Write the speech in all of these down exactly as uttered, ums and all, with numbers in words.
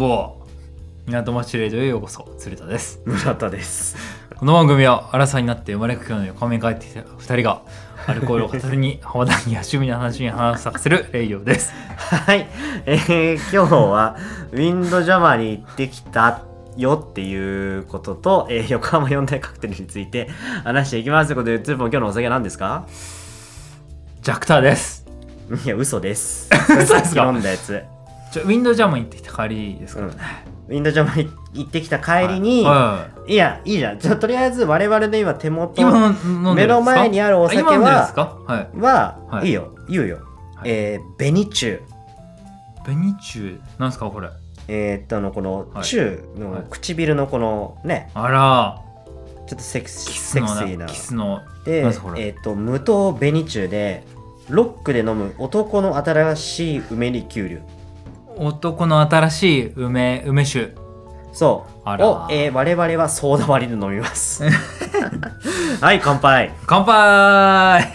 坊港町レディオへようこそ。鶴田です。 村田です。 この番組は荒さになって生まれ故郷の横目に帰ってきたふたりがアルコールを片手に浜田にや趣味の話に話させるレイディオです。 はい、えー、今日はウィンドジャマに行ってきたよっていうことと、えー、横浜四大カクテルについて話していきますということで、鶴田も今日のお酒は何ですか？ ジャクターです。 いや、嘘です。 嘘ですか？ 飲んだやつ。 ちょウィンドジャマに行ってきた帰りですからね、 うん、ウィンドジャマに行ってきた帰りに、はいはい、いやいいじゃん。じゃあとりあえず我々の今手元今目の前にあるお酒ははい、 は、はい、いいよ言うよ、はい、えー、紅中紅中なんですかこれ？ えー、っとのこの中の唇のこのね、 はい、あらちょっとセクシーなキスので、えー、っと無糖紅中でロックで飲む男の新しい梅リキュール。 男の新しい梅梅酒そうあらを、えー、我々はソーダ割りで飲みますはい、乾杯。 乾杯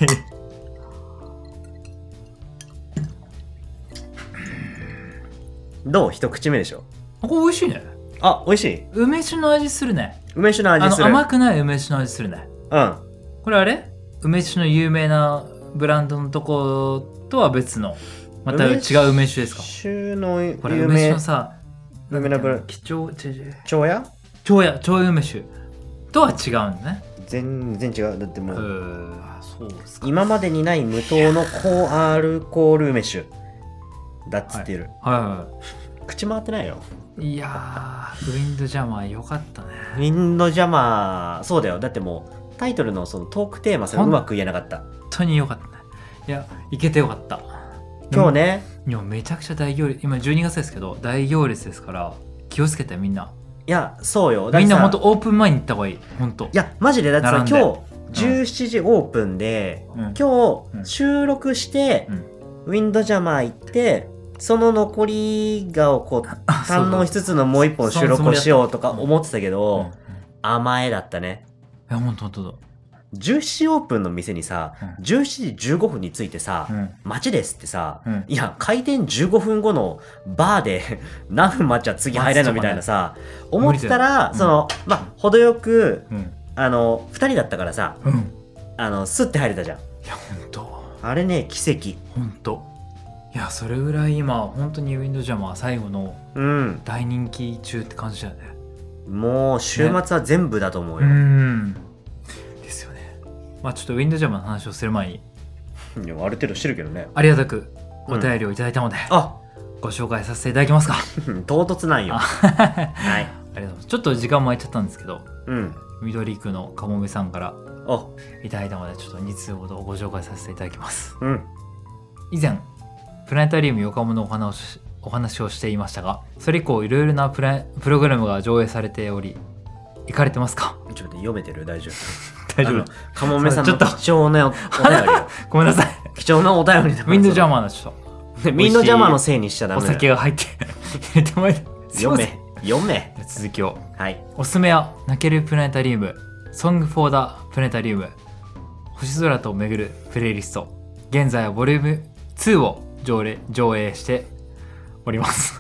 どう？一口目でしょ。 これ美味しいね。 あ、美味しい。 梅酒の味するね。 梅酒の味する。 あの甘くない梅酒の味するね。 うん。 これあれ？梅酒の有名なブランドのとことは別のまた違う梅酒ですか？ 梅酒の有名。 これ梅酒のさ、 有名なブランド。 貴重長屋？ 長屋、長屋梅酒とは違うんだね。 全然違う。だってもう、 うそうですか。 今までにない無糖の高アルコール梅酒だっつってる。 はい、はいはい、 口回ってないよ。 いやー、ウィンドジャマーよかったね。 ウィンドジャマー、そうだよ。だってもうタイトルのそのトークテーマさうまく言えなかった。 本当によかったね。いや、いけてよかった。 今日ね、 いやめちゃくちゃ大行列、今じゅうにがつですけど大行列ですから気をつけてみんな。 いや、そうよ。 みんなほんとオープン前に行った方がいい。ほんと。いや、マジでだってさ、今日じゅうしちじオープンで、うん、今日収録して、うん、ウィンドジャマー行って、その残りがをこう堪能しつつのもう一本収録をしようとか思ってたけど、うんうんうん、甘えだったね。 いや、ほんとほんとだ。 じゅうしちじオープンの店にさ、うん、じゅうしちじじゅうごふんに着いてさ、うん、待ちですってさ、うん、いや開店じゅうごふんごのバーで何分待っちゃ次入れるのみたいなさ、ね、思ってたら、うん、そのまあ程よく、うん、あのふたりだったからさ、うん、あのスッて入れたじゃん。いやほんとあれね、奇跡。 ほんと。いや、それぐらい今本当にウィンドジャマー最後の大人気中って感じだよね。 うん、もう週末は全部だと思うよ。 ね、うんですよね。まあちょっとウィンドジャマーの話をする前に、 いやある程度してるけどね。 ありがたくお便りをいただいたので、うん、あご紹介させていただきますか。 唐突なんよ。はい。 ありがとうございます。ちょっと時間も空いちゃったんですけど、うん、緑区のかもめさんからいただいたので、ちょっとに通ほどご紹介させていただきます。うん、以前プラネタリウム横浜のお話お話をしていましたが、それ以降いろいろなプラプログラムが上映されており、行かれてますか？ ちょっと読めてる？大丈夫？ 大丈夫。 かもめさんの貴重なお便りをごめんなさい。 貴重なお便りでウィンドジャマーのちょっとウィンドジャマーのせいにしちゃダメだよ。 お酒が入って入れてもらえ読め読め。 続きを。 はい。 おすすめは泣けるプラネタリウム、Song for the Planetarium、星空と巡るプレイリスト。現在はボリュームツーを上映、上映しております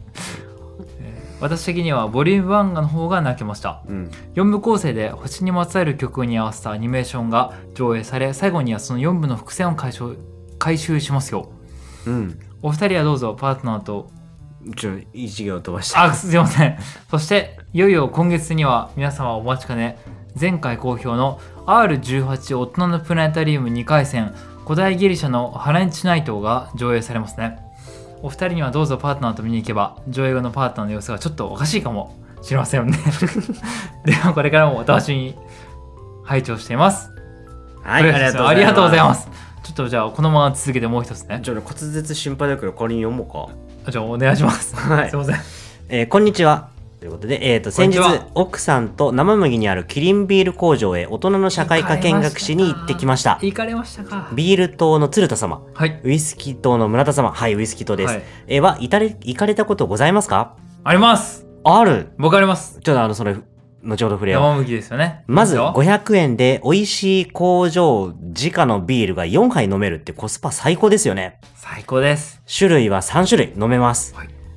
私的にはボリュームワンの方が泣けました、うん、よん部構成で星にまつわる曲に合わせたアニメーションが上映され、最後にはそのよん部の伏線を回収、回収しますよ、うん、お二人はどうぞパートナーとちょ一行飛ばして。 あ、すいません。そしていよいよ今月には皆様お待ちかね、前回好評の アールじゅうはち 大人のプラネタリウムにかい戦古代ギリシャのハランチナイトが上映されますね。お二人にはどうぞパートナーと見に行けば、上映後のパートナーの様子がちょっとおかしいかもしれませんよねではこれからもお楽しみに拝聴しています。 はい、ありがとうございます。 ありがとうございます。ちょっとじゃあこのまま続けてもう一つね。 ちょっと滑舌心配だけどこれに読もうか。じゃあお願いします。はい、すいません。 えー、こんにちはということで、えー、と先日奥さんと生麦にあるキリンビール工場へ大人の社会科見学しに行ってきました。 行かれましたか？ ビール党の鶴田様、 はい、 ウイスキー党の村田様、はい、ウイスキー党です、はい、えー、は行かれたことございますか？ あります。 ある。 僕あります。 ちょっとあのそれ後ほど触れよう。 生麦ですよね。 まずごひゃくえんで美味しい工場自家のビールがよんはい飲めるってコスパ最高ですよね。 最高です。 種類はさん種類飲めます、はい。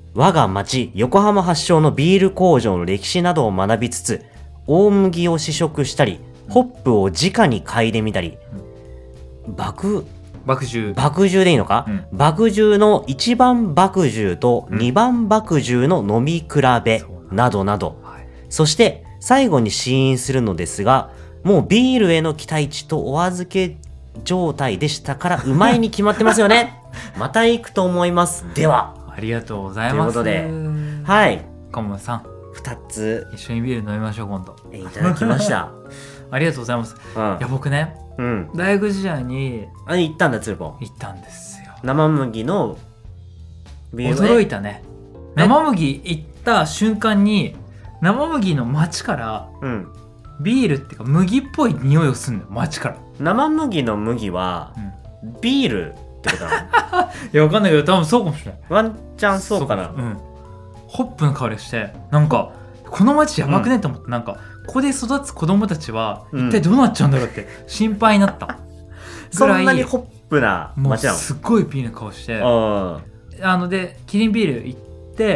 我が町横浜発祥のビール工場の歴史などを学びつつ、大麦を試食したり、ホップを直に嗅いでみたり、うん、麦麦汁麦汁でいいのか、うん、麦汁のいちばん麦汁とにばん麦汁の飲み比べなどなど、うんはい、そして最後に試飲するのですが、もうビールへの期待値とお預け状態でしたからうまいに決まってますよねまた行くと思います。ではありがとうございます。 ということで、はいカモさんふたつ一緒にビール飲みましょう今度。 いただきましたありがとうございます、うん、いや僕ね、うん、大学時代にあ行ったんだツルポン。 行ったんですよ。 生麦のビール。驚いたね。生麦行った瞬間に生麦の街から、うん、ビールっていうか麦っぽい匂いをするのよ街から。 生麦の麦は、うん、ビールってことなのいやわかんないけど多分そうかもしれない。 ワンチャンそうかな。 うん、ホップの香りしてなんかこの街やばくねと思って、うん、なんかここで育つ子供たちは一体どうなっちゃうんだろうって心配になったぐらいそんなにホップな街なの。 もうすっごいビールの顔してあのでキリンビール行って、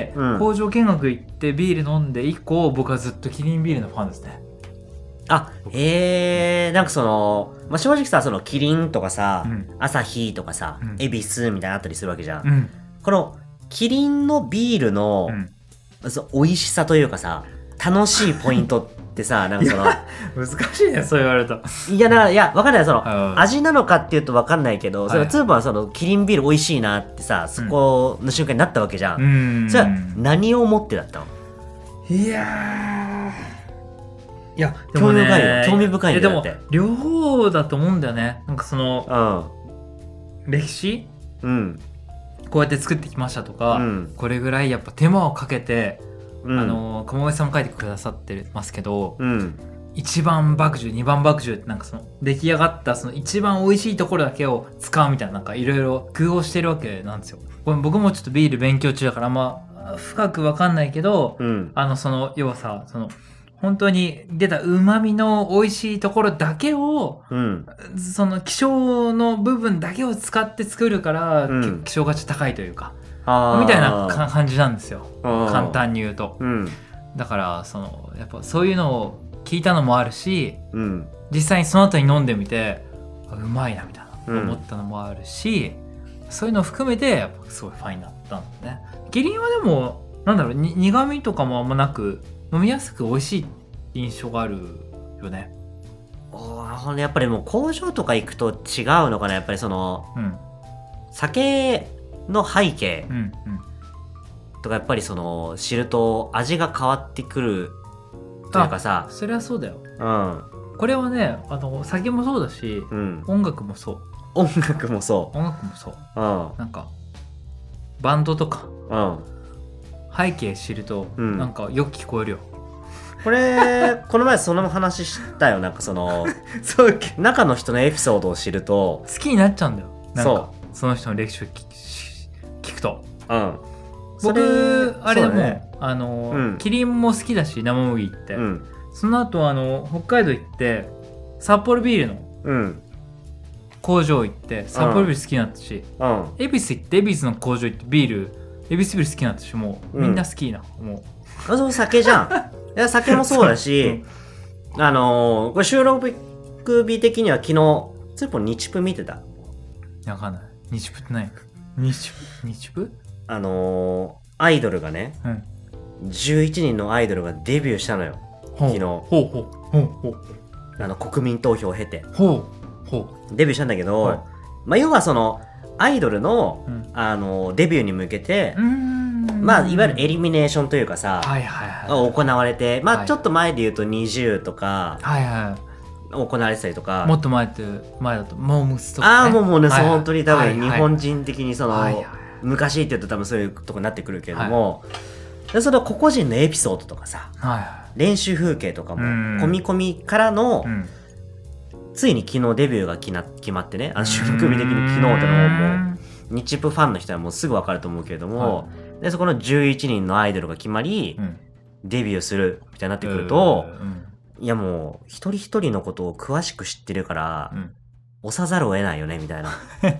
うん、工場見学行ってビール飲んで以降僕はずっとキリンビールのファンですね。 あえー、なんかその、まあ、正直さそのキリンとかさ、うん、アサヒとかさ、うん、エビスみたいなあったりするわけじゃん、うん、このキリンのビールの、うん、そ美味しさというかさ楽しいポイントってさなんかその難しいねそう言われると。 いやないやわかんないその味なのかっていうとわかんないけど、はい、そのツーパーはそのキリンビール美味しいなってさそこの瞬間になったわけじゃん、うん、それは何を思ってだったの。 いやいやでも、ね、興味深いよ興味深いよ。 でも両方だと思うんだよね。なんかその、うん、歴史、うん、こうやって作ってきましたとか、うん、これぐらいやっぱ手間をかけて、うん、あの鴨上さんも書いてくださってますけど、うん、いちばん麦汁にばん麦汁ってなんかその出来上がったその一番美味しいところだけを使うみたいななんかいろいろ工夫をしてるわけなんですよ。これ僕もちょっとビール勉強中だからあんま深く分かんないけど、うん、あのその要はさその本当に出た旨味の美味しいところだけを、うん、その希少の部分だけを使って作るから、うん、希少価値高いというかみたいな感じなんですよ簡単に言うと、うん、だからそのやっぱそういうのを聞いたのもあるし、うん、実際にその後に飲んでみてうまいなみたいな思ったのもあるし、うん、そういうのを含めてやっぱすごいファンになったんだね。キリンはでもなんだろうに苦味とかもあんまなく飲みやすく美味しい印象があるよね。 ほんでやっぱりもう工場とか行くと違うのかなやっぱりその、うん、酒の背景とかやっぱりその知ると味が変わってくるというかさ。 それはそうだよ、うん、これはねあの酒もそうだし、うん、音楽もそう。 音楽もそう音楽もそう、うん、なんかバンドとか、うん、背景知るとなんかよく聞こえるよ、 うん、これこの前その話したよ。なんかそのそう中の人のエピソードを知ると好きになっちゃうんだよ。なんかそうその人の歴史を 聞, 聞くと、うん、僕あれでも、ね、あの、うん、キリンも好きだし生麦って、うん、その後あの北海道行って札幌ビールの、うん工場行って札幌ビール好きになったし、うん、恵比寿行って恵比寿の工場行ってビール恵比寿ビール好きになったしもう、うん、みんな好きなもうあそう酒じゃんいや酒もそうだしうん、あのー、これ収録日的には昨日ツーポン日プ見てた。 わかんない日プって何日プ日プあのー、アイドルがね、うん、じゅういちにんのアイドルがデビューしたのよ昨日。ほうほうほうほうあの国民投票を経てほうデビューしたんだけど、はいまあ、要はそのアイドル の,、うん、あのデビューに向けてまあ、いわゆるエリミネーションというかさ、はいはいはい、行われて、まあ、ちょっと前で言うとにじゅうとか、はいはい、行われてたりとかもっと前って前だとモームスとか、 ね、ああもうもうね、はいはい、本当に多分日本人的にその、はいはい、昔って言うと多分そういうとこになってくるけれども、はい、でその個々人のエピソードとかさ、はいはい、練習風景とかも込み込みからの、うんついに昨日デビューが決まってね、あの収録日的に昨日ってのもう日プファンの人はもうすぐ分かると思うけれども、はい、でそこのじゅういちにんのアイドルが決まり、うん、デビューするみたいになってくると、うん、いやもう一人一人のことを詳しく知ってるから、うん、押さざるを得ないよねみたいな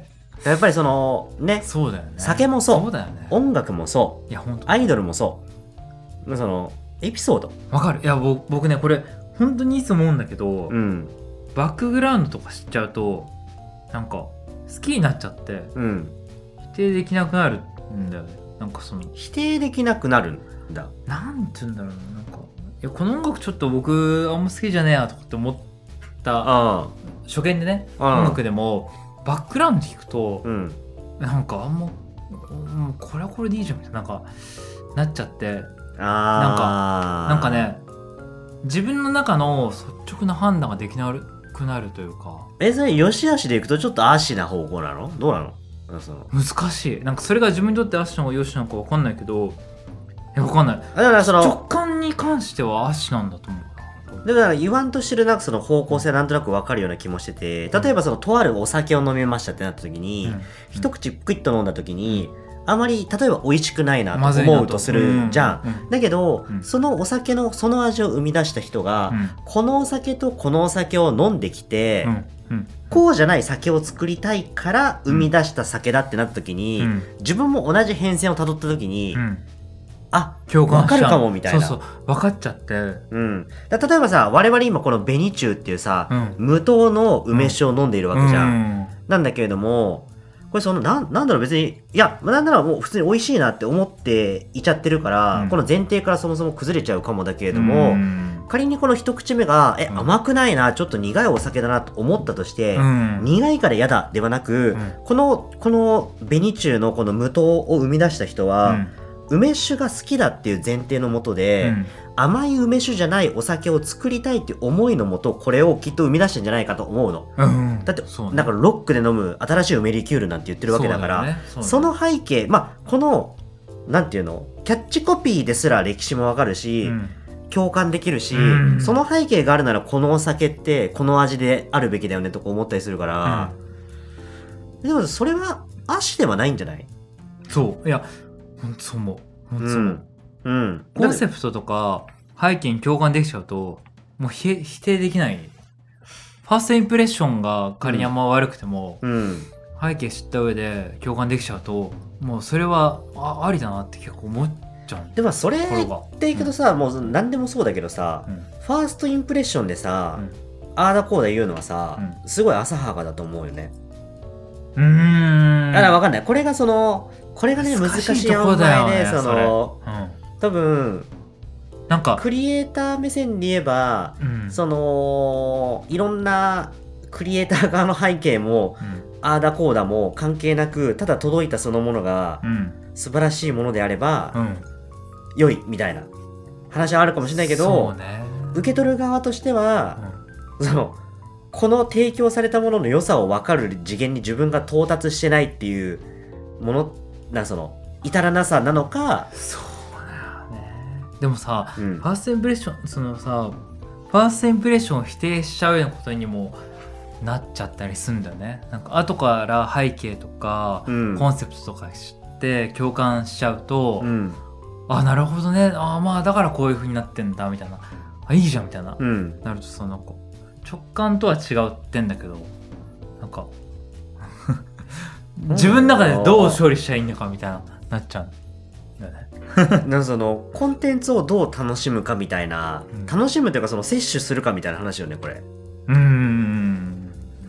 やっぱりそのね、 そうだよね。 酒もそう、 そうだよね。 音楽もそう、 いや本当アイドルもそうそのエピソードわかる。いや僕僕ねこれ本当にいつも思うんだけど、 うん、 バックグラウンドとか知っちゃうとなんか好きになっちゃって、 うん、 否定できなくなるんだよね。なんかその否定できなくなるんだ。 なんて言うんだろうな、なんかいやこの音楽ちょっと僕あんま好きじゃねえやとかって思ったあ初見でね、 あ音楽でもバックグラウンド聞くと、 うん、 なんかあんま、もうこれはこれでいいじゃんみたいな、なんかなっちゃって、 あなんかなんかね自分の中の率直な判断ができなくなるというか。 えそれ良し悪しでいくとちょっとアシな方向なのどうなの？その難しい。なんかそれが自分にとってアシなのか良しなのか分かんないけど、いや分かんない。 だからその直感に関してはアシなんだと思う。 だから言わんとしてるなんかその方向性なんとなく分かるような気もしてて、例えばそのとあるお酒を飲みましたってなった時に、うん、一口クイッと飲んだ時に、うん、あまり例えば美味しくないなと思うとするじゃん、うんうん、だけど、うん、そのお酒のその味を生み出した人が、うん、このお酒とこのお酒を飲んできて、うんうん、こうじゃない酒を作りたいから生み出した酒だってなった時に、うん、自分も同じ変遷をたどった時に、うんあ、共感分かるかもみたいな。 そうそう分かっちゃって、 うん、だ例えばさ我々今この紅中っていうさ、うん、無糖の梅酒を飲んでいるわけじゃん、うん、なんだけれどもこれそのな ん, なんだろう別にいやなんならもう普通に美味しいなって思っていちゃってるから、うん、この前提からそもそも崩れちゃうかもだけれども、うん、仮にこの一口目がえ甘くないなちょっと苦いお酒だなと思ったとして、うん、苦いから嫌だではなく、うん、このこの紅中のこの無糖を生み出した人は、うん梅酒が好きだっていう前提のもとで、うん、甘い梅酒じゃないお酒を作りたいっていう思いのもとこれをきっと生み出してんじゃないかと思うの、うん、だって、ね、なんかロックで飲む新しい梅リキュールなんて言ってるわけだから そ,、ね そ, ね、その背景まあこのなんていうのキャッチコピーですら歴史もわかるし、うん、共感できるし、うん、その背景があるならこのお酒ってこの味であるべきだよねとか思ったりするから、うん、でもそれは足ではないんじゃない？ そういやほんとそう思う。ほんとそう思う。 うん。うん。 コンセプトとか背景に共感できちゃうと、もう否定できない。ファーストインプレッションが仮にあんま悪くても、うん、背景知った上で共感できちゃうと、もうそれは あ, ありだなって結構思っちゃう。 でもそれっていくとさ、うん、もう何でもそうだけどさ、うん、ファーストインプレッションでさ、うん、ああだこうだ言うのはさ、うん、すごい浅はかだと思うよね。 うーん。 だから分かんない。これがそのこれがね難しいところだよね。 その、うん、多分なんかクリエイター目線で言えば、うん、そのいろんなクリエイター側の背景も、うん、あーだこうだも関係なくただ届いたそのものが、うん、素晴らしいものであれば、うん、良いみたいな話はあるかもしれないけど、 そうね、 受け取る側としては、うん、そのこの提供されたものの良さを分かる次元に自分が到達してないっていうものなその至らなさなのか。 そうだよね。でもさ、うん、ファーストインプレッションそのさファーストインプレッションを否定しちゃうようなことにもなっちゃったりするんだよね。なんか後から背景とか、うん、コンセプトとか知って共感しちゃうと、うん、あなるほどねあまあだからこういう風になってんだみたいなあいいじゃんみたいな、うん、なるとさなんか直感とは違うってんだけどなんか自分の中でどう処理しちゃいいのかみたいななっちゃうんだよね。 なんかそのコンテンツをどう楽しむかみたいな、うん、楽しむというかその摂取するかみたいな話よねこれ。 うーん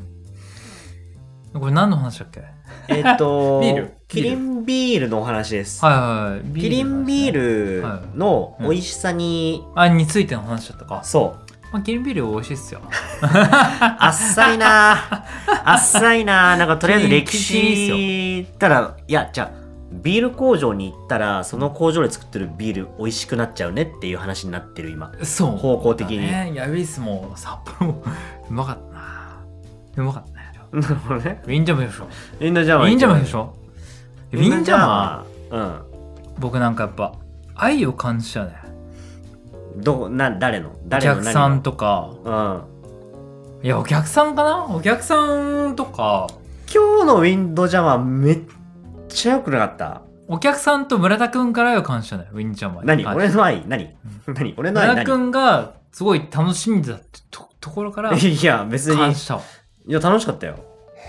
これ何の話だっけ？ えっとビールキリンビールのお話です。 はいはいはい。 キリンビールの美味しさに、 うん、あについての話だったか。 そう。 まあ、キリンビール美味しいっすよ。 あっさいなあっさいななんかとりあえず歴史言ったらいやじゃあビール工場に行ったらその工場で作ってるビール美味しくなっちゃうねっていう話になってる今。 そう方向的にね。やべえっすもう札幌もうまかったなうまかったね。 なるほどね。 ウィンジャムでしょ。 ウィンドジャマウィンジャマでしょ。ウィンジャマうん僕なんかやっぱ愛を感じちゃうね。 どな誰の誰のお客さんとか、 うん、 いやお客さんかなお客さんとか。 今日のウィンドジャマめっちゃ良くなかった。 お客さんと村田くんから愛を感じたねウィンドジャマ。 何俺の愛何、うん、何俺の愛村田くんがすごい楽しんでたって と, ところからいや別に感じたわ。 いや楽しかったよ。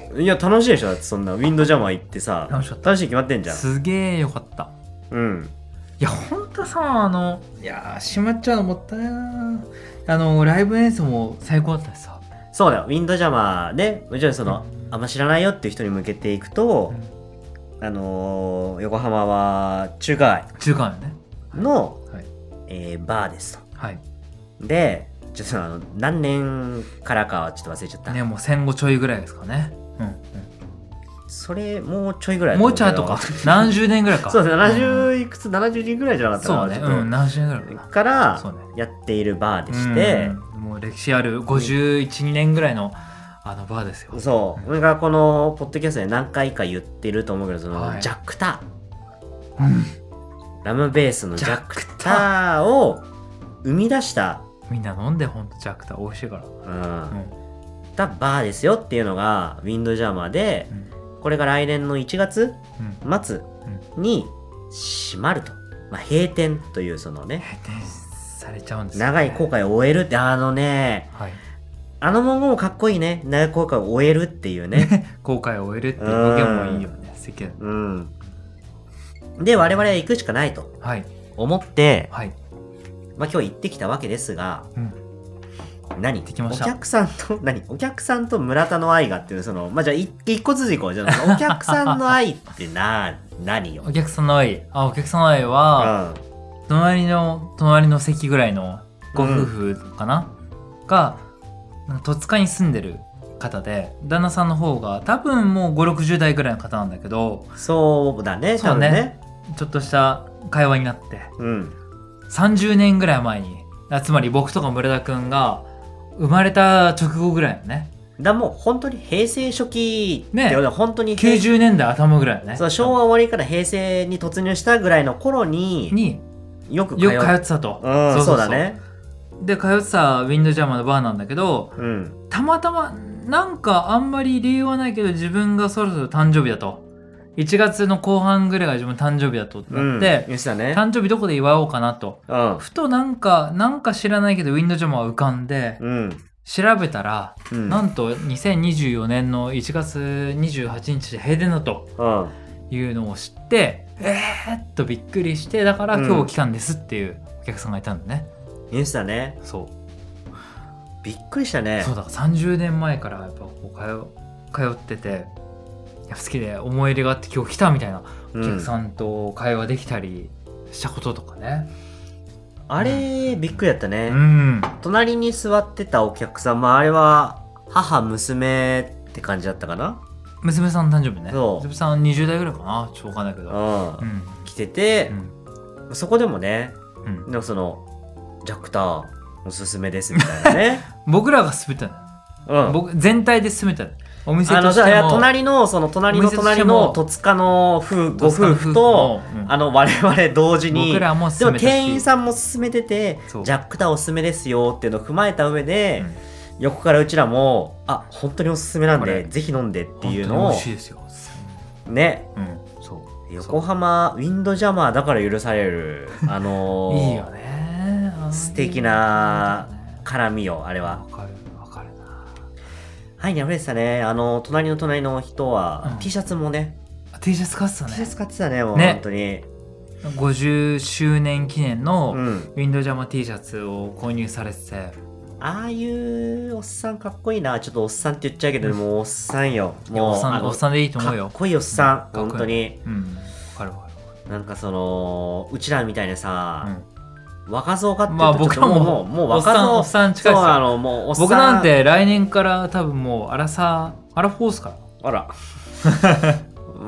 いや楽しいでしょ。だってそんなウィンドジャマー行ってさ、 楽しかった。 楽しいに決まってんじゃん。 すげえよかった。 うん。 いやほんとさ、あのいやー閉まっちゃうのもったいな。あのライブ演奏も最高だったしさ。 そうだよ、ウィンドジャマーね、もちろんその、うん、あんま知らないよっていう人に向けていくと、うん、あのー、横浜は中華街中華街ねの、 はい、 えー、バーですと。 はい。 でちょっとあの何年からかはちょっと忘れちゃったね。もう戦後ちょいぐらいですかね。うん、うん、 それもうちょいぐらいもうちょいとか何十年ぐらいかそうですね、ななじゅういくつ、うん、ななじゅうにぐらいじゃなかったかな。 そうね、うん、ななじゅうねんぐらいかからやっているバーでして、 うん、もう歴史あるごじゅういち、にねんぐらいのあのバーですよ。 そう、うん、俺がこのポッドキャストで何回か言ってると思うけど、その、はい、ジャックター、うん、ラムベースのジャックターを生み出した、 みんな飲んでほんとジャックター美味しいから、うんうん、 たバーですよっていうのがウィンドジャマーで、うん、これが来年のいちがつ末に閉まると、まあ、閉店というそのね、 閉店されちゃうんですよね。 長い航海を終えるって、あのね、はい、あの文言もかっこいいね。長い航海を終えるっていうね。 航海を終えるっていう表現もいいよね。素敵だね。 うん。で、我々は行くしかないと思って、はい、まあ今日行ってきたわけですが、うん、何お客さんと、何お客さんと村田の愛がっていう、その、まあじゃあ一個ずつ行こう。じゃあ、お客さんの愛ってな、何よ。 お客さんの愛。あ、お客さんの愛は、うん、隣の、隣の席ぐらいのご夫婦かな、うん、が、戸塚に住んでる方で、旦那さんの方が多分もうご、ろくじゅう代ぐらいの方なんだけど、 そうだね、多分ね。ね、 ちょっとした会話になって、 うん、 さんじゅうねんぐらい前に、つまり僕とか村田くんが生まれた直後ぐらいのね。 だもう本当に平成初期って、ね、本当にきゅうじゅうねんだい頭ぐらいね。 そう昭和終わりから平成に突入したぐらいの頃に、 によく通よく通ってたと。 うん、そうそうそう、そうだね。 で通ってたウィンドジャマーのバーなんだけど、うん、たまたまなんかあんまり理由はないけど自分がそろそろ誕生日だと、いちがつの後半ぐらいが自分誕生日だとなって、うん、ね、誕生日どこで祝おうかなと、うん、ふとなんかなんか知らないけどウィンドジャマーが浮かんで、うん、調べたら、うん、なんとにせんにじゅうよねんのいちがつにじゅうはちにちで閉店だと、うん、いうのを知って、えーっとびっくりして、だから今日来たんですっていうお客さんがいたんだね。 インスタね。 そうびっくりしたね。 そうだ、さんじゅうねんまえからやっぱこう通、通ってて、いや好きで思い入れがあって今日来たみたいなお客さんと会話できたりしたこととかね、 うん、あれ、うん、びっくりだったね、 うん、 隣に座ってたお客さん、まあ、あれは母娘って感じだったかな。 娘さんの誕生日ね。 そう娘さんにじゅう代ぐらいかな、ちょっと分かんないけど、 うんうん、来てて、うん、そこでもね、うん、なんかそのジャックターおすすめですみたいなね僕らが勧めたの、うん、僕全体で勧めたの。お店としても、 あの隣のその隣の隣の戸塚の夫ご夫婦と、うん、あの我々同時に、 僕らもでも店員さんも勧めてて、ジャックターおすすめですよっていうのを踏まえた上で、うん、横からうちらもあ本当におすすめなんでぜひ飲んでっていうのを、 美味しいですよね、 うん、そう横浜ウィンドジャマーだから許されるあのー、 いいよね、 素敵な絡みよあれは。 わかるわかるな。 はい、にあふれてたね。あの隣の隣の人は、うん、T シャツもね T シャツ買ってたね。 T シャツ買ってたね、もうね、本当にごじゅっしゅうねん記念のウィンドジャマー T シャツを購入されてて、うん、 ああいうおっさんかっこいいな。ちょっとおっさんって言っちゃうけど、もうおっさんよ。もうおっさん、おっさんでいいと思うよ。 かっこいいおっさん、うん、本当に。 うん、わかるわかる。 なんかそのうちらみたいなさ、うん、若造かって言うとちょっともう、まあ、僕ももう若造おっさん近いですよ。そうなの、もうおっさん。僕なんて来年から多分もうアラサーアラフォースから。 あら。うん。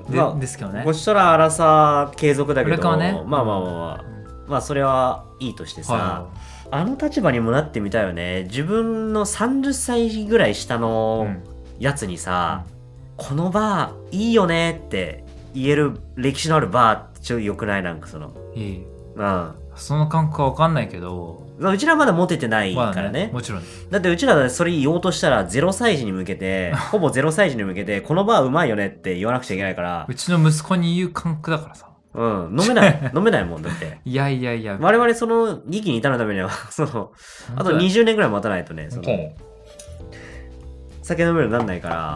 で、まあ、ですけどね。 こっちとらアラサー継続だけど、 ね、 まあまあまあまあ、うん、まあそれはいいとしてさ。はい、あの立場にもなってみたいよね。自分のさんじゅっさいぐらい下のやつにさ、うん、このバーいいよねって言える歴史のあるバーってちょっと良くない？なんかそのいい、 うん、 その感覚は分かんないけど、 うちらまだモテてないからね、 ね、もちろん。 だってうちらそれ言おうとしたらゼロさい児に向けてほぼゼロさい児に向けてこのバーうまいよねって言わなくちゃいけないから、 うちの息子に言う感覚だからさ、 うん、飲めない飲めないもんだっていやいやいや、 我々そのにきに至るためにはそのあとにじゅうねんぐらい待たないとね、その酒飲めるようになんないから、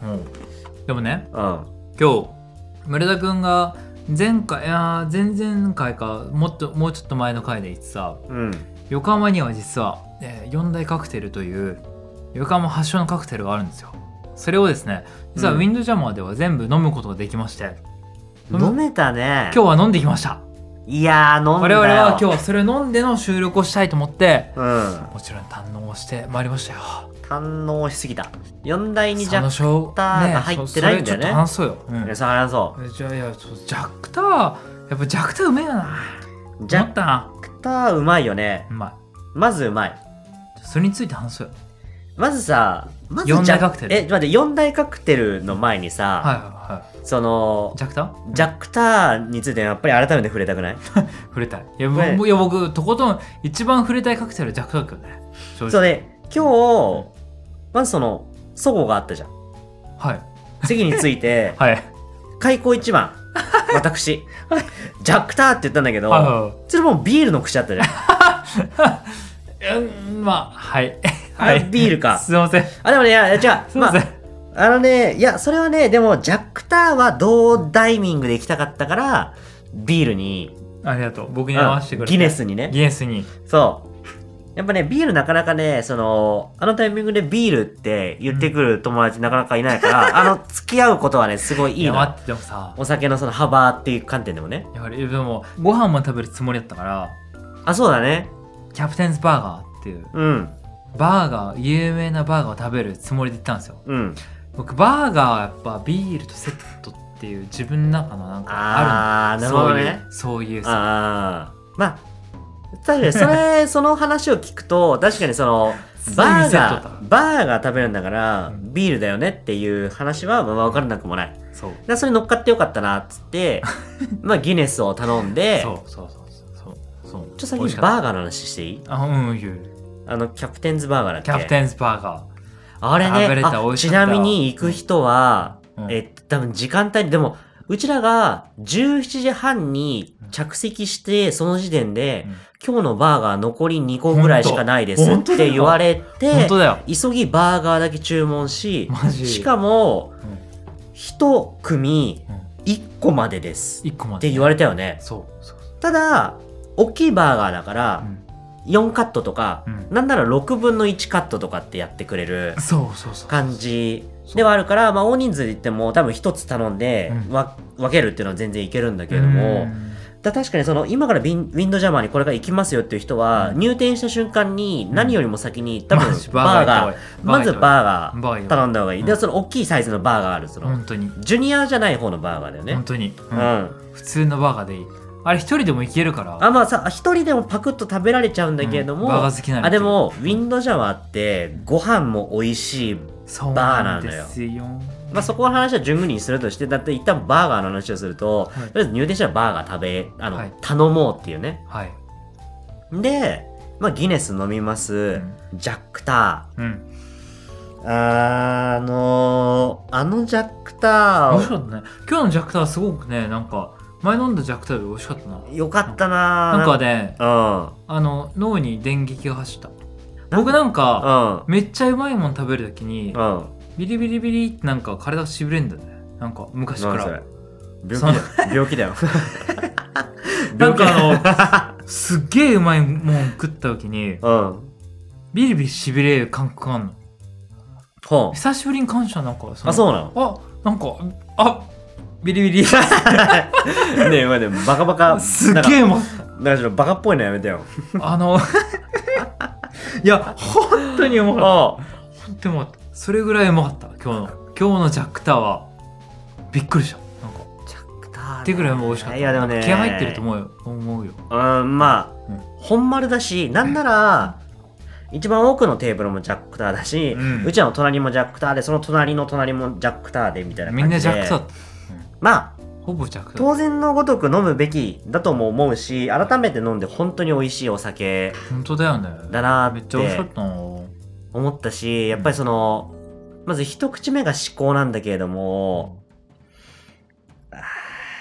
うん、でもね、 うん、 今日村田くんが前回いや前々回かもっともうちょっと前の回で言ってさ、 うん、 横浜には実は、えー、四大カクテルという横浜発祥のカクテルがあるんですよ。それをですね実はウィンドジャマーでは全部飲むことができまして、 うん、飲めたね。 今日は飲んできました。 いやー飲んだよ。 我々は今日はそれ飲んでの収録をしたいと思って、 うん、 もちろん堪能してまいりましたよ。 堪能しすぎた。よん大にジャクターが入ってないんだよね。 それちょっと話そうよ。 うん、それ話そう。 じゃあいやジャクターやっぱジャクターうめえよな。 ジャクターうまいよね。 うまい。 まずうまい。 それについて話そうよ。 まずさ、まずよん大カクテル。 え、待って、よん大カクテルの前にさ、 はいはいはい。 そのジャクタージャクターについてやっぱり改めて触れたくない？ 触れたい。いや、ね、いや僕とことん一番触れたいカクテルはジャクターだけどね。 そうね、今日まずその齟齬があったじゃん。 はい。 席について、はい。開口一番私、はい、ジャクターって言ったんだけど、はいはい、それもうビールの口だったじゃん。 うん、まあはいはい、ビールか。 すいません。 あ、でもね、いや、違う。 すいません。まあ、あのね、いや、それはね、でも、ジャクターは同タイミングで行きたかったから、ビールに。 ありがとう。僕に合わせてくれて、 うん。ギネスにね。 ギネスに。 そう。やっぱね、ビールなかなかね、その、あのタイミングでビールって言ってくる友達なかなかいないから、うん、あの、付き合うことはね、すごいいいの。いや、 待って、でもさ、 お酒のその幅っていう観点でもね。 やはり、でも、ご飯も食べるつもりだったから、 あ、そうだね。 キャプテンズバーガーっていう。 うん。 バーガー、有名なバーガーを食べるつもりで行ったんですよ。 うん。 僕バーガーはやっぱビールとセットっていう自分の中のなんかあるんだ。 あー、なるほどね。 そういうそういうさ。 あー、まあ確かにそれその話を聞くと確かにそのバーガーバーガー食べるんだから、うん、ビールだよねっていう話はまあ分からなくもない。 そう。 だそれ乗っかってよかったなっつってまあギネスを頼んで。 そうそうそうそうそう。 ちょっと先にバーガーの話していい？ あ、うん、言う。 あのキャプテンズバーガーだっけ？ キャプテンズバーガー。 あれね、あちなみに行く人は、うん、え多分時間帯でもうちらがじゅうしちじはんに着席してその時点で、うん、今日のバーガー残りにこぐらいしかないですって言われて急ぎバーガーだけ注文ししかもいち組いっこまでですって言われたよね。 そうそう。 ただ大きいバーガーだから、うんよんカットとか、うん、なんならろくぶんのいちカットとかってやってくれる感じではあるから、まあ大人数で言っても多分ひとつ頼んで、うん、分けるっていうのは全然いけるんだけれども、だ確かにその今からウィン、ウィンドジャマーにこれから行きますよっていう人は、うん、入店した瞬間に何よりも先に多分バーガー、まずバーガー頼んだ方がいい。うん、でその大きいサイズのバーガーあるその本当にジュニアじゃない方のバーガーだよね。 本当に、 うんうん、 普通のバーガーでいい。あれ一人でもいけるから。 あ、まあさ、一人でもパクッと食べられちゃうんだけれども、うん、 バーガー好きなの。 あ、でも、ウィンドジャワーってご飯も美味しいバーなのよ。そうなんですよ。まあそこの話は順繰りにするとして、だって一旦バーガーの話をすると、はい、とりあえず入店したらバーガー食べ、あの、はい、頼もうっていうね。 はい。 で、まあギネス飲みます。うん、ジャックター。うん。あのー、あのジャックター。 美味しかったね。今日のジャックターはすごくね、なんか、前飲んだジャックターより美味しかったな。 よかったな。 なんかね、 うん、あの脳に電撃が走った。僕なんか、うん、めっちゃうまいもん食べるときに、うん、ビリビリビリってなんか体がしびれんだよね。なんか昔から。 病気だよ。病気だよ。 なんかあのすっげえうまいもん食ったときに、うん、ビリビリしびれる感覚があるの。はあ、久しぶりに感謝なんかそあそうなの。 あなんかあビリビリねえまあでもバカバカすっげえもんなんかちょっとバカっぽいのやめてよ。 あのいや本当にうまかった。本当にうまかった。それぐらいうまかった。今日の今日のジャックターはびっくりした。なんかジャックターってぐらいも美味しかった。 いやでもね気合入ってると思うよ。思うよ。 うんまあ、うん、本丸だしなんなら一番奥のテーブルもジャックターだし、うん、うちらの隣もジャックターでその隣の隣もジャックターでみたいな感じでみんなジャックターだった。 まあほぼ着当然のごとく飲むべきだとも思うし改めて飲んで本当に美味しいお酒本当だよねだなってめっちゃ美味しかったな思ったしやっぱりその、うん、まず一口目が至高なんだけれども、うん、あ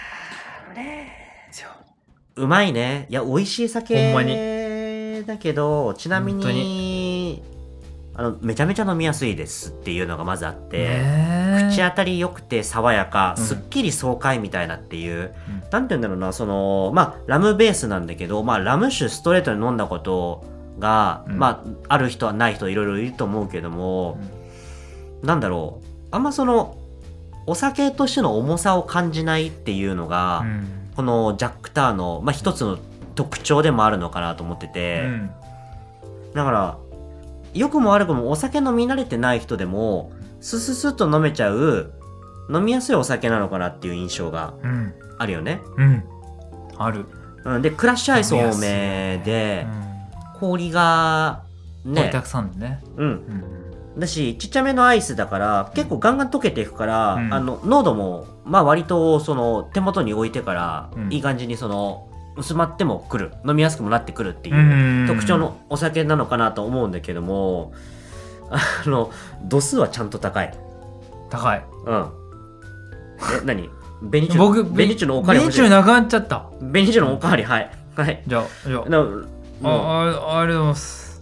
うまいね。いや美味しい酒ほんまにだけどちなみにあのめちゃめちゃ飲みやすいですっていうのがまずあって、 ねね。 口当たり良くて爽やか、 うんすっきり爽快みたいなっていう、 うんなんて言うんだろうな、そのまあラムベースなんだけど、まあラム酒ストレートに飲んだことが、 うんまあある人はない人いろいろいると思うけども、なんだろう、あんまそのお酒としての重さを感じないっていうのが、 うん、 このジャックターの、まあ、一つの特徴でもあるのかなと思ってて、 うん、 だから良くも悪くもお酒飲み慣れてない人でもスススッと飲めちゃう飲みやすいお酒なのかなっていう印象がうんあるよね、 うんある、 うん、でクラッシュアイス多めで、 うん、 氷がねたくさんでね、 うん、 うん、 だしちっちゃめのアイスだから結構ガンガン溶けていくから、 うんあの濃度もまあ割とその手元に置いてから、 うん、 いい感じにその薄まってもくる、飲みやすくもなってくるっていうんう特徴のお酒なのかなと思うんだけども、あの度数はちゃんと高い。 高い。 うんえ何ベニチュ僕ベニチュのおかわりベニ欲しい。 チュなくなっちゃった。 ベニチュのおかわり、はいはいじゃあじゃあなあもあありがとうございます。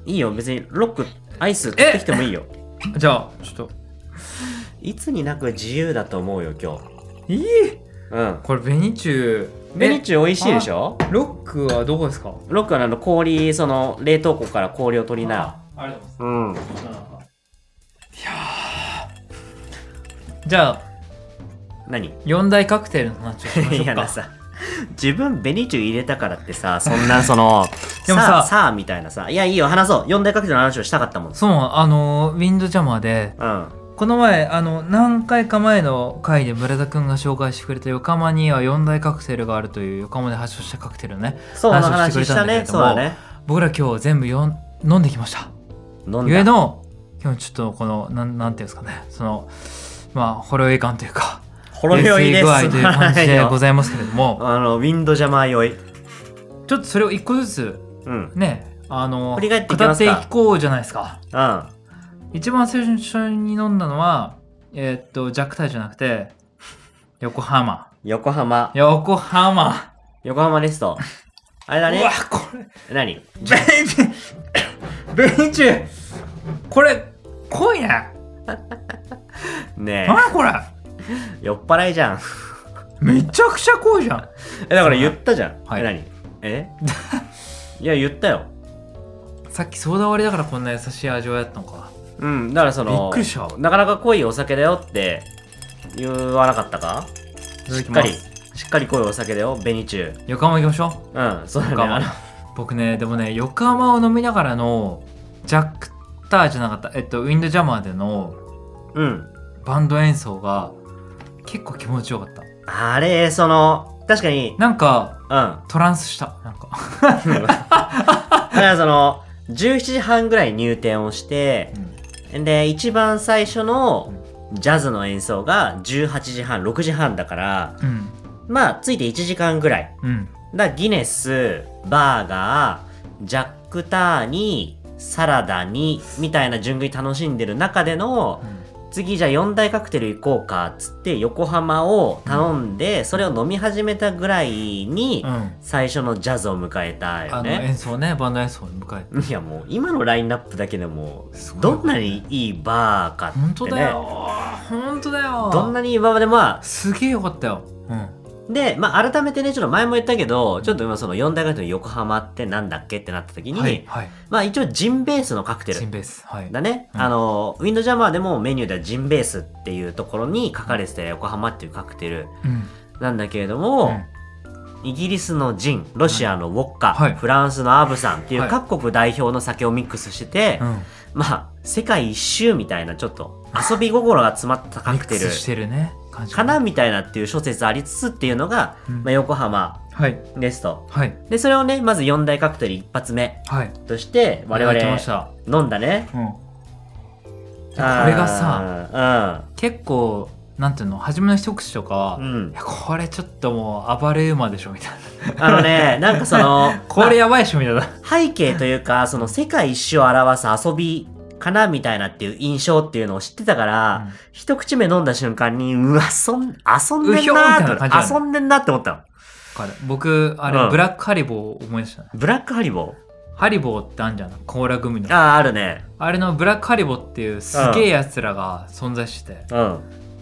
ういいよ、別にロックアイス取ってきてもいいよ。 じゃあちょっといつになく自由だと思うよ今日。 いいうんこれベニチュベニチュ美味しいでしょ。 ロックはどこですか？ ロックはあの氷、その冷凍庫から氷を取りな。 ありがとうございます。 うん。 いやーじゃあ何よん大カクテルの話をしましょうか。 いやなさ、自分ベニチュ入れたからってさ、そんなその、 でもささあ、さあみたいなさ、いやいいよ、話そう。よん大カクテルの話をしたかったもん。 そうあのウィンドジャマーでうん。 この前あの何回か前の回で村田くんが紹介してくれた横浜にはよん大カクテルがあるという横浜で発祥したカクテルをねそうの話をしてくれ話したたね。 んだけれどもそうだね。 僕ら今日全部よん飲んできました。 飲んだ。 ゆえの今日ちょっとこのなんなんていうんですかねそのまあほろ酔い感というかほろ酔いです。 具合という感じでございますけれどもあの、ウィンドジャマー酔い。 ちょっとそれを一個ずつうん。 ねあの振り返っていき語ってますかいこうじゃないですか。 うん。 一番最初に飲んだのはえーっとジャックタイじゃなくて横浜横浜。 横浜横浜レスト。あれだねうわ。これ何ベニチュベニチュこれ濃いねね何これえ。酔っ払いじゃん。 めちゃくちゃ濃いじゃん。 え、だから言ったじゃん。 はいえ、何えいや、言ったよ。 さっきソーダ割りだからこんな優しい味わいだったのか。 うん、だからその、 びっくりしたなかなか濃いお酒だよって言わなかったか。しっかり、しっかり濃いお酒だよ、ベニチュ横浜行きましょう。 ー。うん、そうだね。 横浜あの僕ねでもね横浜を飲みながらのジャックターじゃなかったえっとウィンドジャマーでのうん。 バンド演奏が結構気持ちよかった。 あれ、その、確かに、 なんかうん。だトランスしたなんかからその、じゅうしちじはんぐらい入店をして、で、一番最初のジャズの演奏がじゅうはちじはん、ろくじはんだから、 うんまあ、ついていちじかんぐらい。 うんだからギネス、バーガー、ジャックターに、サラダに、みたいな順繰り楽しんでる中での、次じゃあよん大カクテル行こうかっつって横浜を頼んで、それを飲み始めたぐらいに、 うん最初のジャズを迎えたよあのね。 演奏ねバンド演奏を迎えていやもう今のラインナップだけでもすごいどんなにいいバーかってね。 本当だよ本当だよどんなにいいバーでまあすげえよかったよ。うんで、まあ、改めてね、ちょっと前も言ったけど、ちょっと今そのよん大カクテル横浜ってなんだっけってなった時に、 はいはいまあ一応ジンベースのカクテルジンベースはいだね。 うんあの、ウィンドジャマーでもメニューではジンベースっていうところに書かれてた横浜っていうカクテルうんなんだけれども、イギリスのジン、ロシアのウォッカ、 はいフランスのアブサンっていうはい各国代表の酒をミックスしてて、 うんまあ、世界一周みたいなちょっと遊び心が詰まったカクテルミックスしてるね感じかなみたいなっていう諸説ありつつっていうのが、 うんまあ、横浜はいですと。 はいで、それをね、まずよん大カクテル一発目はいとして我いただきました 々飲んだね。 うんこれがささ、 結構なんていうの初めの一口とか、 うん。うんい。やこれちょっともう暴れ馬でしょみたいなあのね、なんかその、 これやばいっしょみたいな背景というか、その世界一周を表す遊びかなみたいなっていう印象っていうのを知ってたから、 うん一口目飲んだ瞬間に、うわ、そん、遊んでんなうひょーみたいなー感じだねと、遊んでんなって思ったの。 これ僕あれ、 うんブラックハリボーを思い出したね。 ブラックハリボハリボーってあんじゃんコーラグミのーああ、あるね。 あれのブラックハリボーっていうすげえやつらが存在してて、 うん。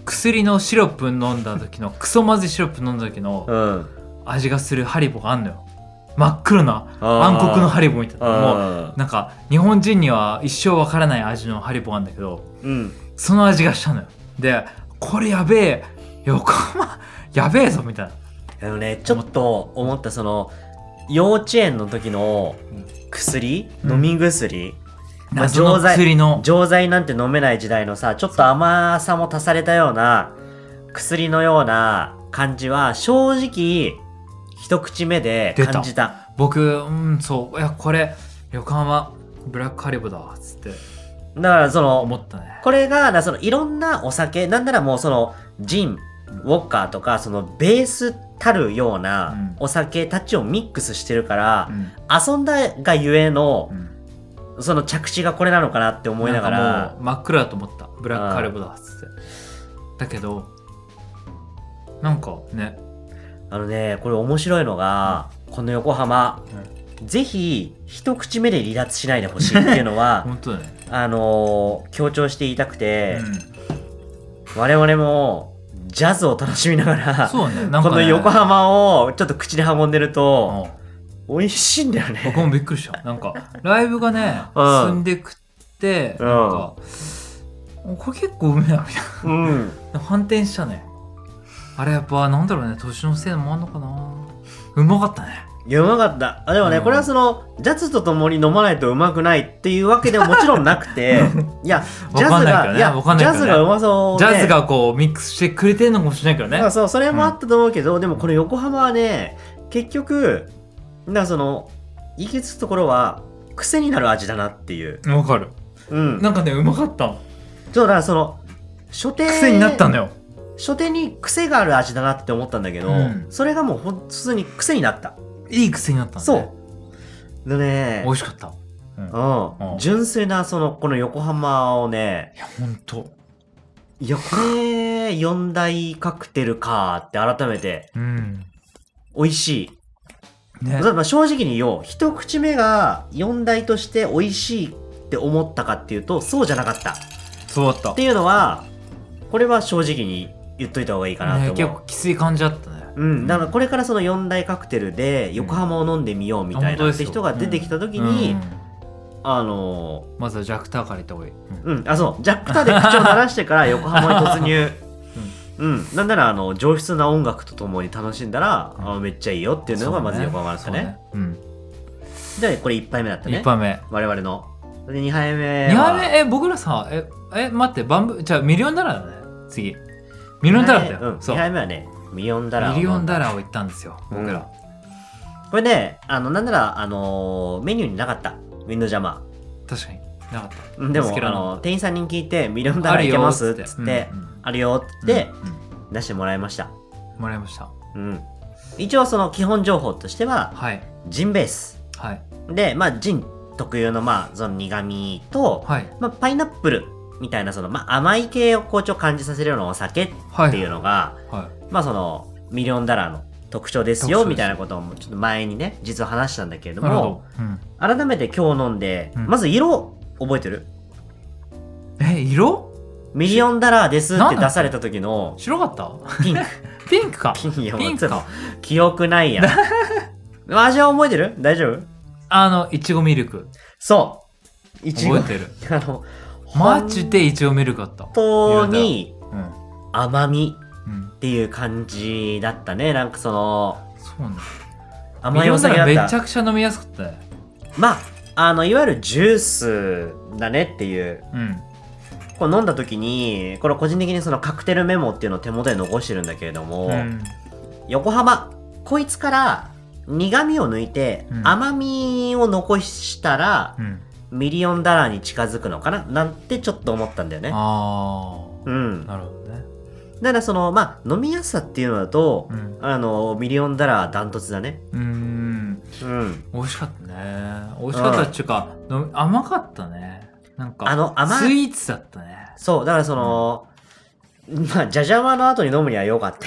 薬のシロップ飲んだ時のクソまずいシロップ飲んだ時のうん味がするハリボーがあんのよ。真っ黒な暗黒のハリボーみたいな。もうなんか日本人には一生わからない味のハリボーあんだけど、 うん、 その味がしたのよ。でこれやべえ横浜やべえぞみたいな。 あのねちょっと思った、その幼稚園の時の薬、うん、飲み薬、まあ、錠剤の錠剤なんて飲めない時代のさ、ちょっと甘さも足されたような薬のような感じは正直一口目で感じた。 僕うんそういやこれ横浜ブラックハリボーだっつってだからその思ったね。 これがそのいろんなお酒なんならもうそのジンウォッカーとかそのベースたるようなお酒たちをミックスしてるから、うん、遊んだがゆえの、うん、その着地がこれなのかなって思いながら、 なんかもう真っ黒だと思ったブラックハリボーだっつって。だけどなんかねあのねこれ面白いのが、うん、この横浜、うん、ぜひ一口目で離脱しないでほしいっていうのは本当だね、 あのー、強調して言いたくて、うん、我々もジャズを楽しみながらそう、ねなんかね、 この横浜をちょっと口に運んでると、うん、美味しいんだよね。 僕もびっくりした。なんかライブがね、うん、進んでくってなんか、うん、これ結構うめえなみたいな、うん、反転したね。あれやっぱなんだろうね、年のせいもあんのかな。うまかったね。 いやうまかった。あでもね、うん、これはそのジャズとともに飲まないとうまくないっていうわけではもちろんなくていやジャズが、ね、いや、ね、ジャズがうまそう、 ね、ジャズがこうミックスしてくれてるのかもしれないけどね。 そうそれもあったと思うけど、うん、でもこの横浜はね結局だからその行き着くところは癖になる味だなっていう。 わかる。うんなんかねうまかった。 そうだからその初手癖になったのよ。 初手に癖がある味だなって思ったんだけど、うん、それがもう普通に癖になった。 いい癖になったんだね。 そうでね美味しかった、 うんうんうん、純粋なそのこの横浜をね、 いやほんといやこれよん大カクテルかって改めて、うん、美味しい、ね、まあ正直に言おう、一口目がよん大として美味しいって思ったかっていうとそうじゃなかった。 そうだったっていうのはこれは正直に言っといた方がいいかなと思う、 ね、結構きつい感じだったね。 うん、だからこれからそのよん大カクテルで横浜を飲んでみようみたいなって人が出てきた時に、うんうん、あのー、まずはジャクターからいった方がいい、 うん、うん、あそうジャクターで口を鳴らしてから横浜に突入うん、うん、なんならあの上質な音楽とともに楽しんだら、うん、あめっちゃいいよっていうのがまず横浜ですかね。ねうん、じゃあこれいっぱいめだったね。 いっぱいめ我 々のでにはいめはにはいめえ僕らさええ待ってバンブじゃあミリオンダラーだね。次ミリオンダラーだよ、 うん、そうにはいめはねミリオンダラーミリオンダラーを言ったんですよ僕ら、うん、 これねあのなんなら、あのー、メニューになかったウィンドジャマー。確かになかった。 でもあの店員さんに聞いてミリオンダラーいけますっつってあるよって言って、うんうん、出してもらいましたもらいました、 うん、一応その基本情報としては、はい、ジンベース、はい、でまあジン特有のまあその苦味と、はいまあ、パイナップルみたいなその、まあ、甘い系をこうちょっと感じさせるようなお酒っていうのが、はいはい、まあそのミリオンダラーの特徴ですよみたいなことをちょっと前にね実は話したんだけれども、うん、改めて今日飲んで、うん、まず色覚えてる？ え色？ ミリオンダラーですって出された時の白かったピンクピンクかピンクピンクか記憶ないやん味は覚えてる？大丈夫？ あのいちごミルクそういちご覚えてるあのマジでいちごミルクだった本当に甘みっていう感じだったね。なんかそのそうなんだ甘いお酒だった。 めちゃくちゃ飲みやすかったね。 まああのいわゆるジュースだねっていう、うん、これ飲んだ時にこれ個人的にそのカクテルメモっていうのを手元で残してるんだけれども、うん、横浜こいつから苦味を抜いて甘みを残したら、うん、ミリオンダラーに近づくのかななんてちょっと思ったんだよね。 ああ、うん、 なるほどね。 だからそのまあ飲みやすさっていうのだと、うん、あのミリオンダラーダントツだね。 うーん、うん、美味しかったね。美味しかったっていうか、うん、甘かったね。なんかあの甘スイーツだったね。 そうだからその、うん、まあじゃじゃ馬の後に飲むには良かった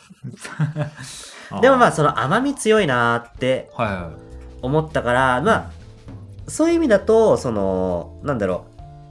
よでもまあその甘み強いなーって思ったから、はいはい、まあそういう意味だとそのなんだろう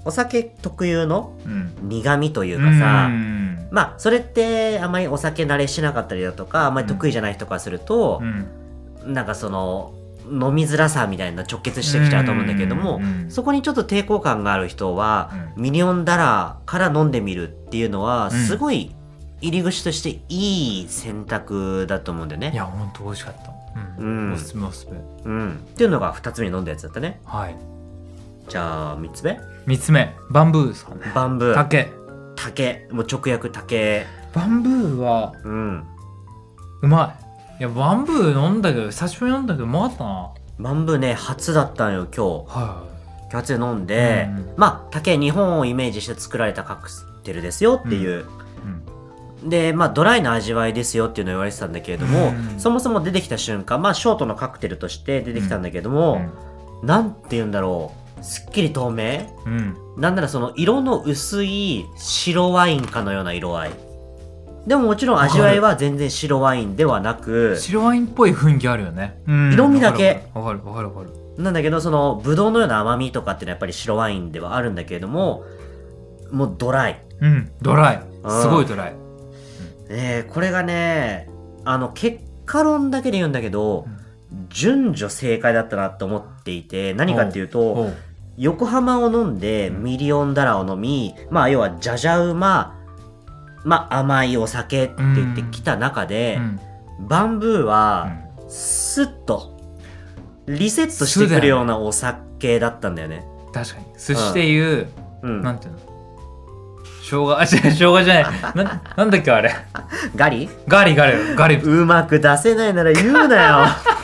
お酒特有のうん苦味というかさ、 うんまあそれってあんまりお酒慣れしなかったりだとかあんまり得意じゃない人からすると、 うんなんかその飲みづらさみたいな直結してきちゃうと思うんだけども、 うんそこにちょっと抵抗感がある人は、 うんミリオンダラーから飲んでみるっていうのはんすごい入り口としていい選択だと思うんだよね。 いやほんと美味しかった、うんうんおすすめおすすめ。 うん、っていうのがふたつめに飲んだやつだったね。 はい。 じゃあみっつめ、 みっつめバンブーですかね。 バンブー、 竹。 竹、もう直訳竹。 バンブーはうん、 うまい。いやバンブー飲んだけど久しぶりに飲んだけどうまかったな。 バンブーね初だったんよ今日。 は今日初で飲んで、 うんまあ竹、日本をイメージして作られたカクテルですよっていう、 い。うんでまあドライな味わいですよっていうのを言われてたんだけれども、 うんそもそも出てきた瞬間、まあショートのカクテルとして出てきたんだけども、なんて言うんだろう、すっきり透明、 うんなんならその色の薄い白ワインかのような色合いでももちろん味わいは全然白ワインではなく、 白ワインっぽい雰囲気あるよね。うん色味だけわかるわかるわかるわかる。 なんだけどそのブドウのような甘みとかっていうのはやっぱり白ワインではあるんだけれども、もうドライ、 うんドライうんすごいドライ。 ねえこれがね、あの結果論だけで言うんだけど、順序正解だったなと思っていて、何かっていうと、 おう横浜を飲んでミリオンダラーを飲み、まあ要はじゃじゃ馬、まあ甘いお酒って言ってきた中で、 うんバンブーはスッとリセットしてくるようなお酒だったんだよね。 確かに寿司でいう、 うん、 なんていうの、生姜あ違う生姜じゃないななんだっけあれガリガリガリガリうまく出せないなら言うなよ。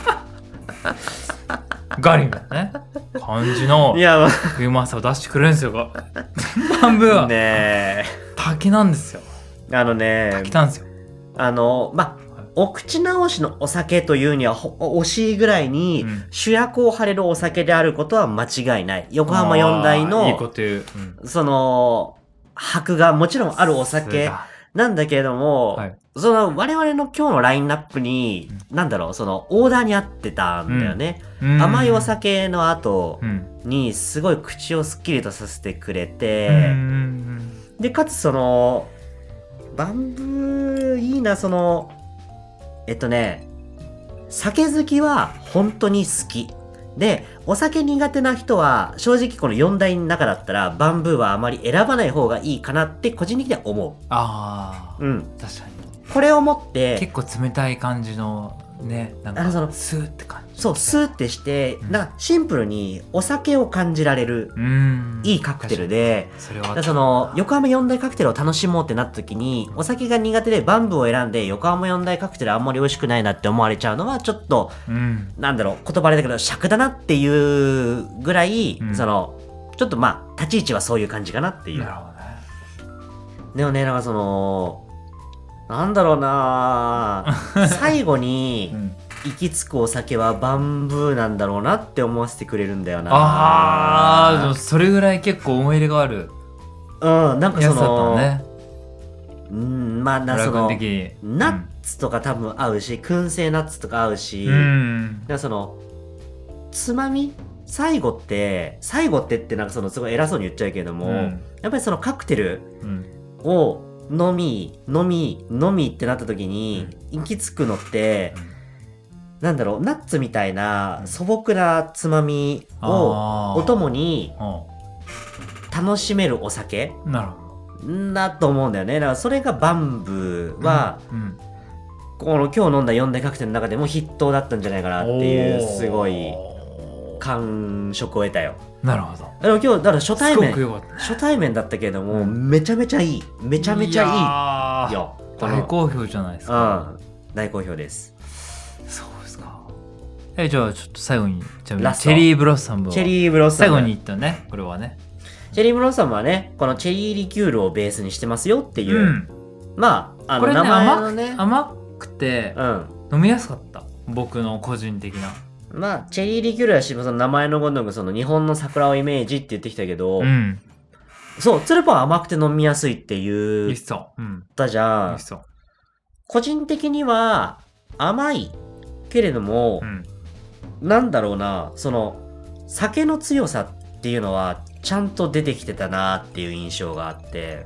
ガリみたいなね感じのいや、まうまさを出してくれるんですよバンブーあ、 は、 ね竹なんですよ。 え、あのね、 竹なんですよ。 あの、まあ、お口直しのお酒というにはほ惜しいぐらいに、 うん主役を張れるお酒であることは間違いない。横浜四大あーのいいこと言う、うん、 その箔がもちろんあるお酒なんだけれども、 はいその我々の今日のラインナップに、なんだろう、そのオーダーに合ってたんだよね。 うん甘いお酒の後うんにすごい口をすっきりとさせてくれうんて、 うんでかつそのバンブーいいな、そのえっとね酒好きは本当に好きで、お酒苦手な人は正直このよん大の中だったらバンブーはあまり選ばない方がいいかなって個人的には思ああ、 う。うん、 確かにこれをもって結構冷たい感じのね、なんあのそのかスーって感じ。 そうスーってして、 うんなんかシンプルにお酒を感じられるうんいいカクテルで、 それはだからその横浜四大カクテルを楽しもうってなった時にお酒が苦手でバンブーを選んで横浜四大カクテルあんまり美味しくないなって思われちゃうのはちょっとうんなんだろう、言葉あれだけど尺だなっていうぐらい、 うんそのちょっとまあ立ち位置はそういう感じかなっていう。 なるほどね。 でもね、なんかそのなんだろうな最後にうん行き着くお酒はバンブーなんだろうなって思わせてくれるんだよな。 ああ、でもそれぐらい結構思い入れがあるうん、なんかやつだったそののね。 うん、まあなそ村君の的に。 ナッツとか多分合うし、燻製ナッツとか合うし、 うだかん。 らそのつまみ最後って最後ってってなんかそのすごい偉そうに言っちゃうけども、 うんやっぱりそのカクテルうん。 を飲み飲み飲みってなった時に行き着くのって、なんだろう、ナッツみたいな素朴なつまみをあーお供にう楽しめるお酒ん。なるほど。 だと思うんだよね。だからそれがバンブーは、 うん、 この今日飲んだよん大カクテルの中でも筆頭だったんじゃないかなっていうおーすごい感触を得たよ。 なるほど。 でも今日だから初対面すごく良かったね。 初対面だったけども、 うんめちゃめちゃいいめちゃめちゃいいいやよ。 ーこの大好評じゃないですか。 うん、大好評です。 そうですか。え、じゃあちょっと最後に、じゃあラストチェリーブロッサムをチェリーブロッサム最後に言ったね、これはね。 チェリーブロッサムはね、このチェリーリキュールをベースにしてますよっていう、 うん。 まああこれね、 の名前甘くのね、 甘くてうん飲みやすかった。僕の個人的な。 まあチェリーリキュールはしその名前のごとくその日本の桜をイメージって言ってきたけど、 うん。 そうツルパンは甘くて飲みやすいってい言っいっそう。うん。 たじゃんいいっ。そう。 個人的には甘いけれども、 うん。 なんだろうな、その酒の強さっていうのはちゃんと出てきてたなっていう印象があって。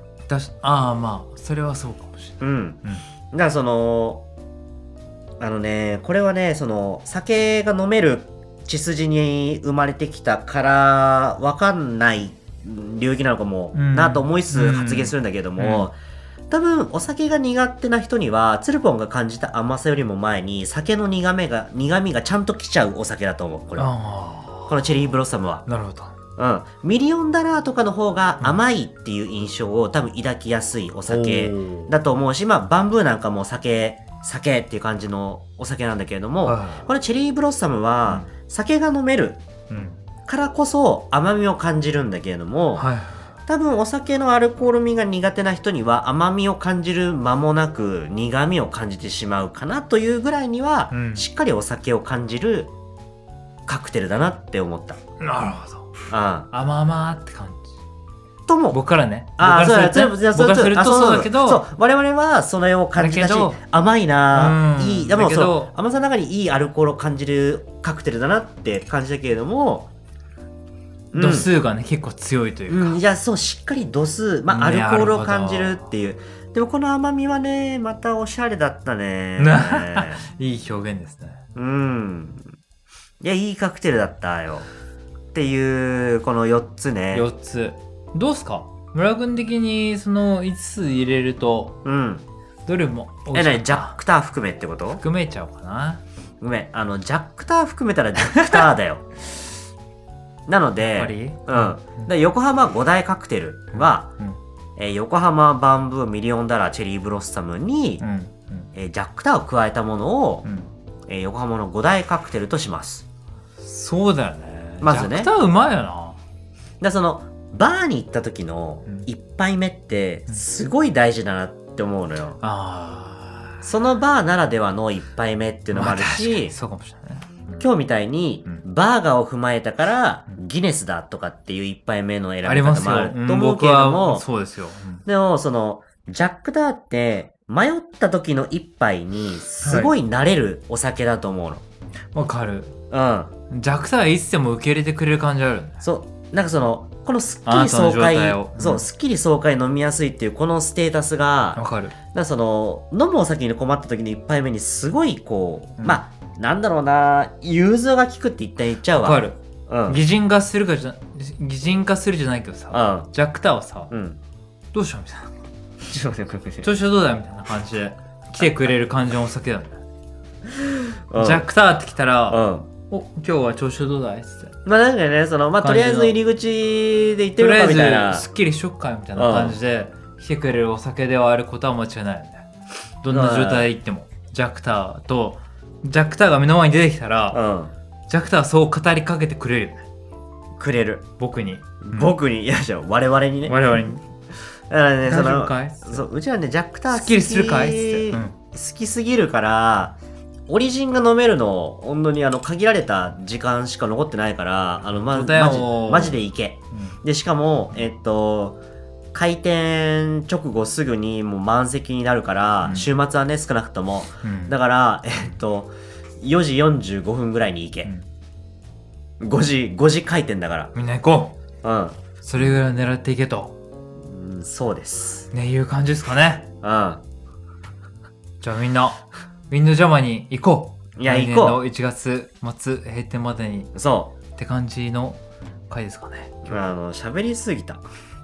だしああまあそれはそうかもしれない。うん。うん、 だからそのあのねこれはねその酒が飲める血筋に生まれてきたからわかんない領域なのかもなと思いつつ発言するんだけども、うんうん、多分お酒が苦手な人にはツルポンが感じた甘さよりも前に酒の苦味が苦味がちゃんときちゃうお酒だと思う。これはこのチェリーブロッサムは。 なるほど。 うん、ミリオンダラーとかの方が甘いっていう印象を多分抱きやすいお酒だと思うし、まあバンブーなんかも酒酒っていう感じのお酒なんだけれども、はい、これチェリーブロッサムは酒が飲めるからこそ甘みを感じるんだけれども、はい、多分お酒のアルコール味が苦手な人には甘みを感じる間もなく苦みを感じてしまうかなというぐらいには、うん、しっかりお酒を感じるカクテルだなって思った。 なるほど。ああ甘々って感じとも僕からねああそうだ僕からするとそうだけどそう我々はそれを感じたし甘いな、うん、いいでもそう甘さの中にいいアルコールを感じるカクテルだなって感じだけれども、 うん、度数がね結構強いというか、 うん、いやそうしっかり度数まあアルコールを感じるっていう、でもこの甘みはねまたおしゃれだったねいい表現ですね。 うんいやいいカクテルだったよっていうこのよっつね。 よっつどうすか村君的にそのいつつ入れると、うん、どれもえなにジャックター含めってこと？ 含めちゃおうかな。 ごめんあのジャックター含めたらジャックターだよなので、うん、うん、で横浜ご大カクテルは、うんえー、横浜バンブーミリオンダラーチェリーブロッサムに、うんうんえー、ジャックターを加えたものを、うんえー、横浜のご大カクテルとします。 そうだよね。 まずね。 ジャックターうまいよな。 だそのバーに行った時の一杯目ってすごい大事だなって思うのよ。うん、あそのバーならではの一杯目っていうのもあるし、 まあ、そうかもしれない、 うん、今日みたいにバーガーを踏まえたからギネスだとかっていう一杯目の選び方もあると思うけれども、 うん、そうですよ。うん、 でもそのジャックダーって迷った時の一杯にすごい慣れるお酒だと思うの。 わ、はい、かる。 うん。 ジャックターいつでも受け入れてくれる感じある、ね、 そうなんかそのこのすっきり爽快、うん、そうすっきり爽快飲みやすいっていうこのステータスがわかる。 なんかその飲むお酒に困った時の一杯目にすごいこう、うん、まあなんだろうな融通が効くって一旦言っちゃうわ。 わかる、うん、擬人化するかじゃ擬人化するじゃないけどさ、うん、ジャックターをさ、うん、どうしようみたいな調子はどうだよみたいな感じで来てくれる感じのお酒だね、うん、ジャックターって来たら、うんお今日は調子どうだいっつってまあなんかねそのまあとりあえず入り口で行ってみようかみたいなとりあえずすっきりしよっかみたいな感じで来てくれるお酒ではあることは間違いないよね。どんな状態で行ってもジャックターとジャックターが目の前に出てきたら、うん、ジャックターはそう語りかけてくれるよね。 くれる僕に、 うん、僕にいやじゃあ我々にね我々にだからねそのかいそううちはねジャックターすっきりするかいっつって、うん、 好きすぎるからオリジンが飲めるの本当にあの限られた時間しか残ってないからあの、ま、マジマジでいけ、うん、でしかもえっと開店直後すぐにもう満席になるから、うん、週末はね少なくとも、うん、だからえっとよじよんじゅうごふんぐらいに行け、うん、ごじごじ開店だからみんな行こう。うんそれぐらい狙っていけと、 うん、そうですねいう感じですかね。 うんじゃあみんなウィンドジャマに行こう。いや行こう。来年のいちがつ末閉店までに。 そうって感じの回ですかね。 あの喋りすぎた。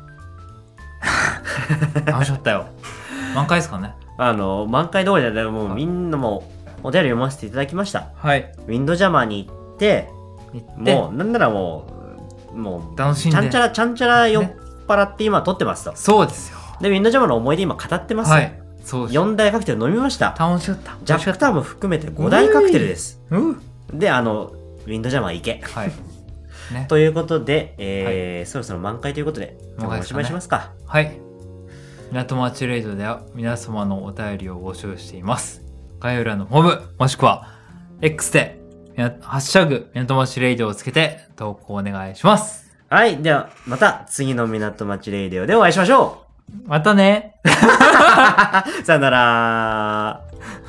楽しかったよ。満開ですかね。 あの満開通りでもうみんなもお便り読ませていただきました。 はい。 ウィンドジャマに行って行ってもうなんならもうもう楽しんでちゃんちゃらちゃんちゃら酔っ払って今撮ってますと。 そうですよ。 でウィンドジャマの思い出今語ってます。 はい。そうよん大カクテル飲みました。 楽しかった。 ジャックターも含めてご大カクテルです。であのウィンドジャマ行け。 はい。 ね、ということで、えーはい、そろそろ満開ということでおしまいしますか。 はい。港町レイドでは皆様のお便りを募集しています。概要欄のホームもしくは X でハッシュタグ港町レイドをつけて投稿お願いします。 はい。ではまた次の港町レイドでお会いしましょう。 またね。 さよなら。